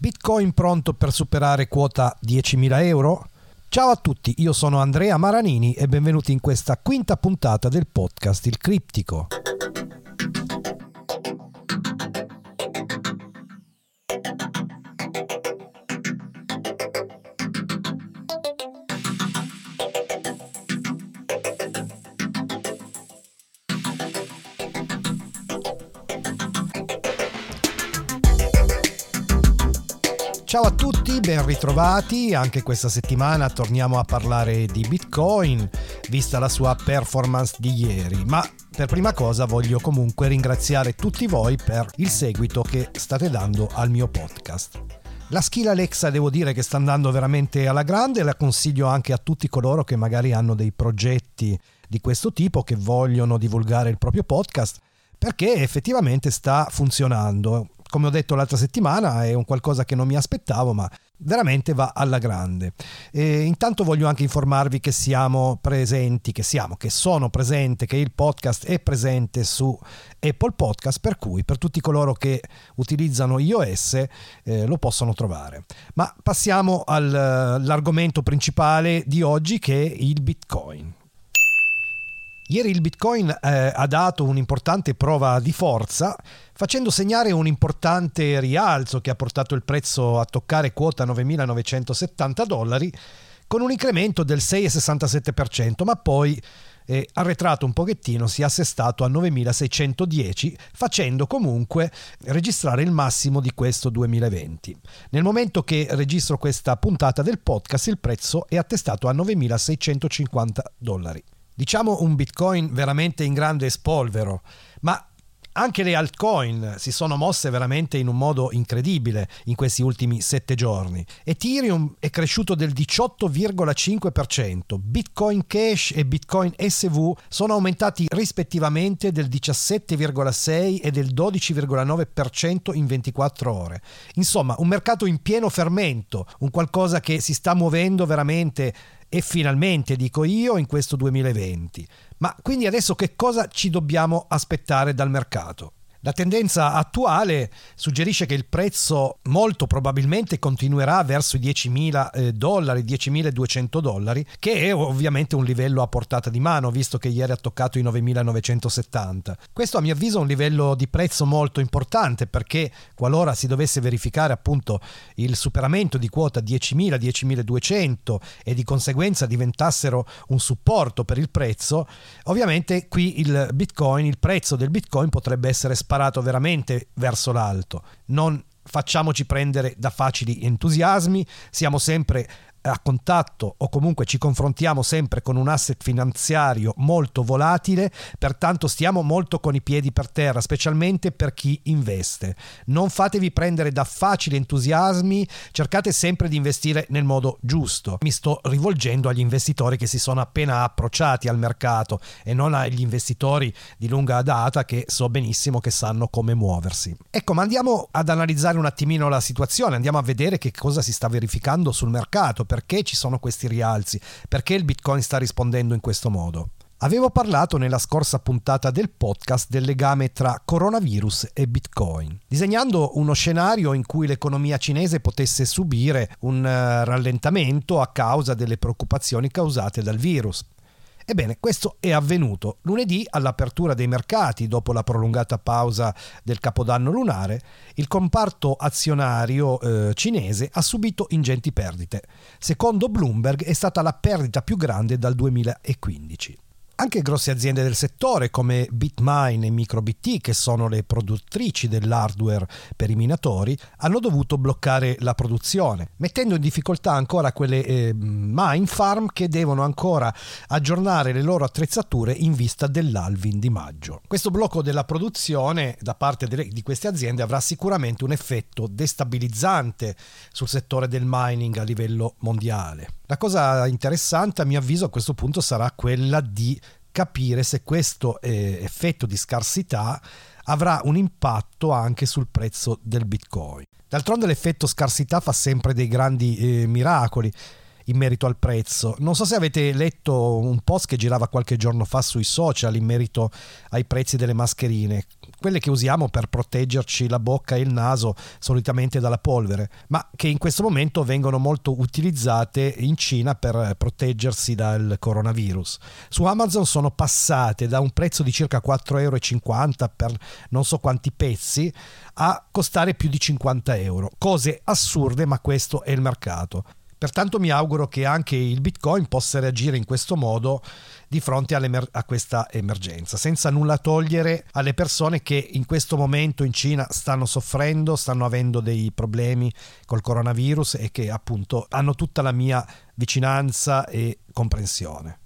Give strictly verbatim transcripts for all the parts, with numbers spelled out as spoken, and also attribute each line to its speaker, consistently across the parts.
Speaker 1: Bitcoin pronto per superare quota diecimila euro? Ciao a tutti, io sono Andrea Maranini e benvenuti in questa quinta puntata del podcast Il Criptico. Ciao a tutti, ben ritrovati. Anche questa settimana torniamo a parlare di Bitcoin, vista la sua performance di ieri. Ma per prima cosa voglio comunque ringraziare tutti voi per il seguito che state dando al mio podcast. La skill Alexa devo dire che sta andando veramente alla grande e la consiglio anche a tutti coloro che magari hanno dei progetti di questo tipo, che vogliono divulgare il proprio podcast, perché effettivamente sta funzionando. Come ho detto l'altra settimana, è un qualcosa che non mi aspettavo, ma veramente va alla grande. E intanto voglio anche informarvi che siamo presenti, che siamo, che sono presente, che il podcast è presente su Apple Podcast, per cui per tutti coloro che utilizzano iOS eh, lo possono trovare. Ma passiamo al, all'argomento principale di oggi, che è il Bitcoin. Ieri il Bitcoin eh, ha dato un'importante prova di forza, facendo segnare un importante rialzo che ha portato il prezzo a toccare quota novemilanovecentosettanta dollari, con un incremento del sei virgola sessantasette per cento, ma poi è arretrato un pochettino, si è assestato a novemilaseicentodieci, facendo comunque registrare il massimo di questo duemilaventi. Nel momento che registro questa puntata del podcast, il prezzo è attestato a novemilaseicentocinquanta dollari. Diciamo un Bitcoin veramente in grande spolvero, ma anche le altcoin si sono mosse veramente in un modo incredibile in questi ultimi sette giorni. Ethereum è cresciuto del diciotto virgola cinque per cento, Bitcoin Cash e Bitcoin S V sono aumentati rispettivamente del diciassette virgola sei e del dodici virgola nove per cento in ventiquattro ore. Insomma, un mercato in pieno fermento, un qualcosa che si sta muovendo veramente e finalmente, dico io, in questo duemilaventi. Ma quindi adesso che cosa ci dobbiamo aspettare dal mercato? La tendenza attuale suggerisce che il prezzo molto probabilmente continuerà verso i diecimila dollari, diecimiladuecento dollari, che è ovviamente un livello a portata di mano, visto che ieri ha toccato i novemilanovecentosettanta. Questo a mio avviso è un livello di prezzo molto importante, perché qualora si dovesse verificare appunto il superamento di quota diecimila, diecimiladuecento e di conseguenza diventassero un supporto per il prezzo, ovviamente qui il Bitcoin, il prezzo del Bitcoin potrebbe essere sparato veramente verso l'alto. Non facciamoci prendere da facili entusiasmi, siamo sempre a contatto o comunque ci confrontiamo sempre con un asset finanziario molto volatile, pertanto stiamo molto con i piedi per terra, specialmente per chi investe. Non fatevi prendere da facili entusiasmi, cercate sempre di investire nel modo giusto. Mi sto rivolgendo agli investitori che si sono appena approcciati al mercato e non agli investitori di lunga data, che so benissimo che sanno come muoversi. Ecco, ma andiamo ad analizzare un attimino la situazione, andiamo a vedere che cosa si sta verificando sul mercato. Perché ci sono questi rialzi? Perché il Bitcoin sta rispondendo in questo modo? Avevo parlato nella scorsa puntata del podcast del legame tra coronavirus e Bitcoin, disegnando uno scenario in cui l'economia cinese potesse subire un uh, rallentamento a causa delle preoccupazioni causate dal virus. Ebbene, questo è avvenuto. Lunedì, all'apertura dei mercati, dopo la prolungata pausa del Capodanno lunare, il comparto azionario eh, cinese ha subito ingenti perdite. Secondo Bloomberg è stata la perdita più grande dal duemilaquindici. Anche grosse aziende del settore come Bitmain e MicroBT, che sono le produttrici dell'hardware per i minatori, hanno dovuto bloccare la produzione, mettendo in difficoltà ancora quelle eh, mine farm che devono ancora aggiornare le loro attrezzature in vista dell'halving di maggio. Questo blocco della produzione da parte delle, di queste aziende avrà sicuramente un effetto destabilizzante sul settore del mining a livello mondiale. La cosa interessante, a mio avviso, a questo punto sarà quella di capire se questo eh, effetto di scarsità avrà un impatto anche sul prezzo del Bitcoin. D'altronde l'effetto scarsità fa sempre dei grandi eh, miracoli in merito al prezzo. Non so se avete letto un post che girava qualche giorno fa sui social in merito ai prezzi delle mascherine, quelle che usiamo per proteggerci la bocca e il naso solitamente dalla polvere, ma che in questo momento vengono molto utilizzate in Cina per proteggersi dal coronavirus. Su Amazon sono passate da un prezzo di circa quattro virgola cinquanta euro per non so quanti pezzi a costare più di cinquanta euro. Cose assurde, ma questo è il mercato. Pertanto mi auguro che anche il Bitcoin possa reagire in questo modo di fronte a questa emergenza, senza nulla togliere alle persone che in questo momento in Cina stanno soffrendo, stanno avendo dei problemi col coronavirus e che appunto hanno tutta la mia vicinanza e comprensione.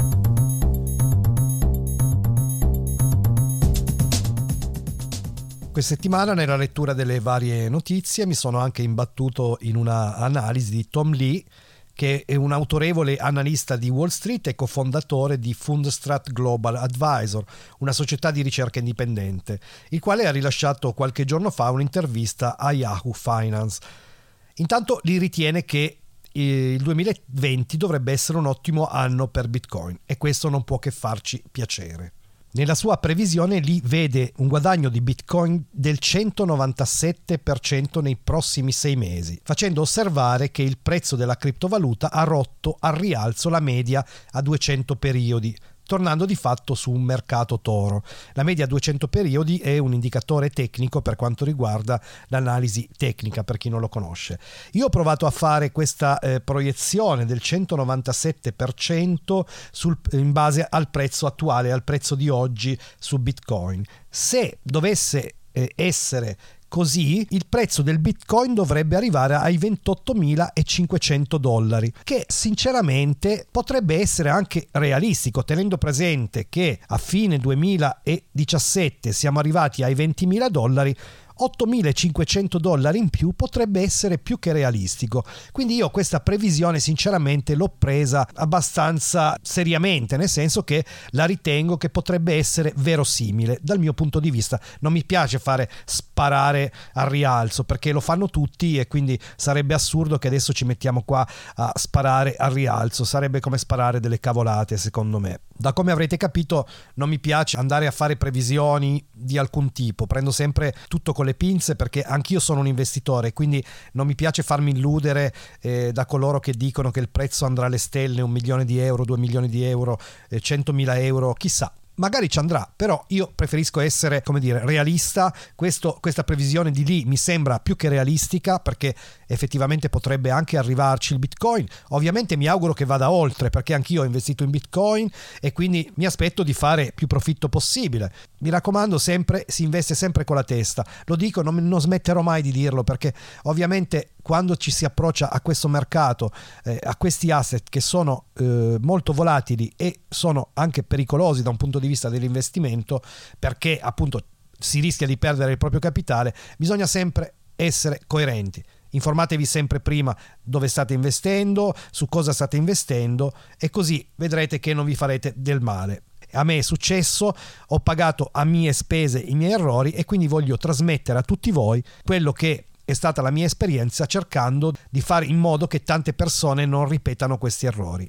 Speaker 1: Questa settimana nella lettura delle varie notizie mi sono anche imbattuto in una analisi di Tom Lee, che è un autorevole analista di Wall Street e cofondatore di Fundstrat Global Advisor, una società di ricerca indipendente, il quale ha rilasciato qualche giorno fa un'intervista a Yahoo Finance. Intanto Lee ritiene che il duemilaventi dovrebbe essere un ottimo anno per Bitcoin e questo non può che farci piacere. Nella sua previsione Lee vede un guadagno di Bitcoin del centonovantasette per cento nei prossimi sei mesi, facendo osservare che il prezzo della criptovaluta ha rotto al rialzo la media a duecento periodi, tornando di fatto su un mercato toro. La media a duecento periodi è un indicatore tecnico per quanto riguarda l'analisi tecnica, per chi non lo conosce. Io ho provato a fare questa eh, proiezione del centonovantasette per cento sul, in base al prezzo attuale, al prezzo di oggi su Bitcoin. Se dovesse eh, essere così, il prezzo del Bitcoin dovrebbe arrivare ai ventottomilacinquecento dollari, che sinceramente potrebbe essere anche realistico, tenendo presente che a fine duemiladiciassette siamo arrivati ai ventimila dollari. ottomilacinquecento dollari in più potrebbe essere più che realistico, quindi io questa previsione sinceramente l'ho presa abbastanza seriamente, nel senso che la ritengo che potrebbe essere verosimile dal mio punto di vista. Non mi piace fare sparare al rialzo perché lo fanno tutti e quindi sarebbe assurdo che adesso ci mettiamo qua a sparare al rialzo, sarebbe come sparare delle cavolate secondo me. Da come avrete capito non mi piace andare a fare previsioni di alcun tipo, prendo sempre tutto con le pinze perché anch'io sono un investitore, quindi non mi piace farmi illudere eh, da coloro che dicono che il prezzo andrà alle stelle, un milione di euro, due milioni di euro, eh, centomila euro, chissà. Magari ci andrà, però io preferisco essere, come dire, realista. Questo, questa previsione di lì mi sembra più che realistica perché effettivamente potrebbe anche arrivarci il Bitcoin. Ovviamente mi auguro che vada oltre perché anch'io ho investito in Bitcoin e quindi mi aspetto di fare più profitto possibile. Mi raccomando, sempre si investe sempre con la testa. Lo dico, non, non smetterò mai di dirlo perché ovviamente quando ci si approccia a questo mercato, eh, a questi asset che sono eh, molto volatili e sono anche pericolosi da un punto di vista dell'investimento, perché appunto si rischia di perdere il proprio capitale, bisogna sempre essere coerenti. Informatevi sempre prima dove state investendo, su cosa state investendo e così vedrete che non vi farete del male. A me è successo, ho pagato a mie spese i miei errori e quindi voglio trasmettere a tutti voi quello che è stata la mia esperienza, cercando di fare in modo che tante persone non ripetano questi errori.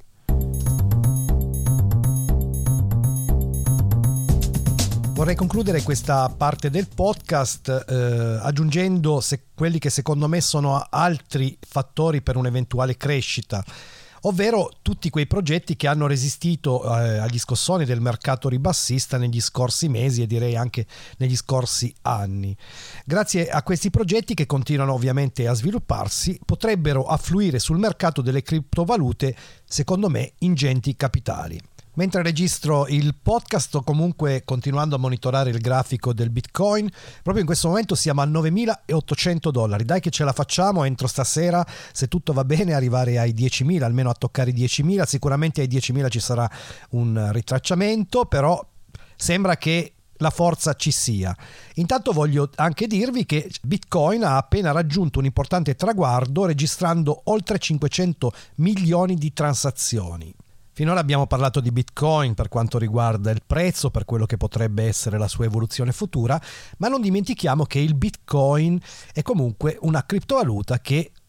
Speaker 1: Vorrei concludere questa parte del podcast eh, aggiungendo se, quelli che secondo me sono altri fattori per un'eventuale crescita, ovvero tutti quei progetti che hanno resistito eh, agli scossoni del mercato ribassista negli scorsi mesi e direi anche negli scorsi anni. Grazie a questi progetti, che continuano ovviamente a svilupparsi, potrebbero affluire sul mercato delle criptovalute, secondo me, ingenti capitali. Mentre registro il podcast sto comunque continuando a monitorare il grafico del Bitcoin. Proprio in questo momento siamo a novemilaottocento dollari. Dai che ce la facciamo entro stasera, se tutto va bene, arrivare ai diecimila, almeno a toccare i diecimila. Sicuramente ai diecimila ci sarà un ritracciamento, però sembra che la forza ci sia. Intanto voglio anche dirvi che Bitcoin ha appena raggiunto un importante traguardo, registrando oltre cinquecento milioni di transazioni. Finora abbiamo parlato di Bitcoin per quanto riguarda il prezzo, per quello che potrebbe essere la sua evoluzione futura, ma non dimentichiamo che il Bitcoin è comunque una criptovaluta che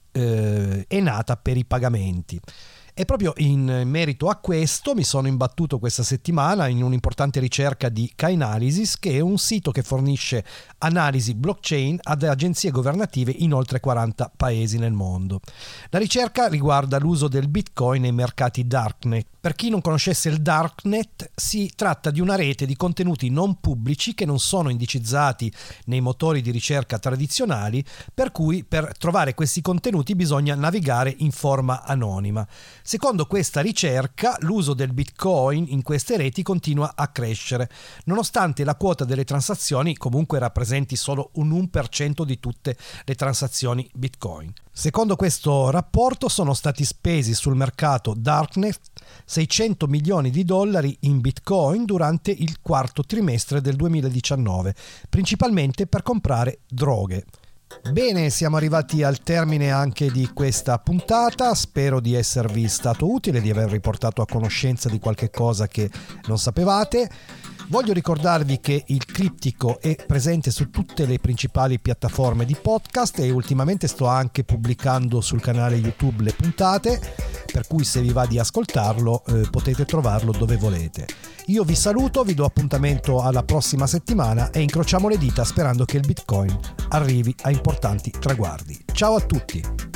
Speaker 1: eh, è nata per i pagamenti. E proprio in merito a questo mi sono imbattuto questa settimana in un'importante ricerca di Chainalysis, che è un sito che fornisce analisi blockchain ad agenzie governative in oltre quaranta paesi nel mondo. La ricerca riguarda l'uso del Bitcoin nei mercati darknet. Per chi non conoscesse il darknet, si tratta di una rete di contenuti non pubblici che non sono indicizzati nei motori di ricerca tradizionali, per cui per trovare questi contenuti bisogna navigare in forma anonima. Secondo questa ricerca, l'uso del Bitcoin in queste reti continua a crescere, nonostante la quota delle transazioni comunque rappresenti solo un uno per cento di tutte le transazioni Bitcoin. Secondo questo rapporto sono stati spesi sul mercato darknet seicento milioni di dollari in Bitcoin durante il quarto trimestre del duemiladiciannove, principalmente per comprare droghe. Bene, siamo arrivati al termine anche di questa puntata, spero di esservi stato utile, di aver riportato a conoscenza di qualche cosa che non sapevate. Voglio ricordarvi che il Criptico è presente su tutte le principali piattaforme di podcast e ultimamente sto anche pubblicando sul canale YouTube le puntate, per cui se vi va di ascoltarlo eh, potete trovarlo dove volete. Io vi saluto, vi do appuntamento alla prossima settimana e incrociamo le dita sperando che il Bitcoin arrivi a importanti traguardi. Ciao a tutti!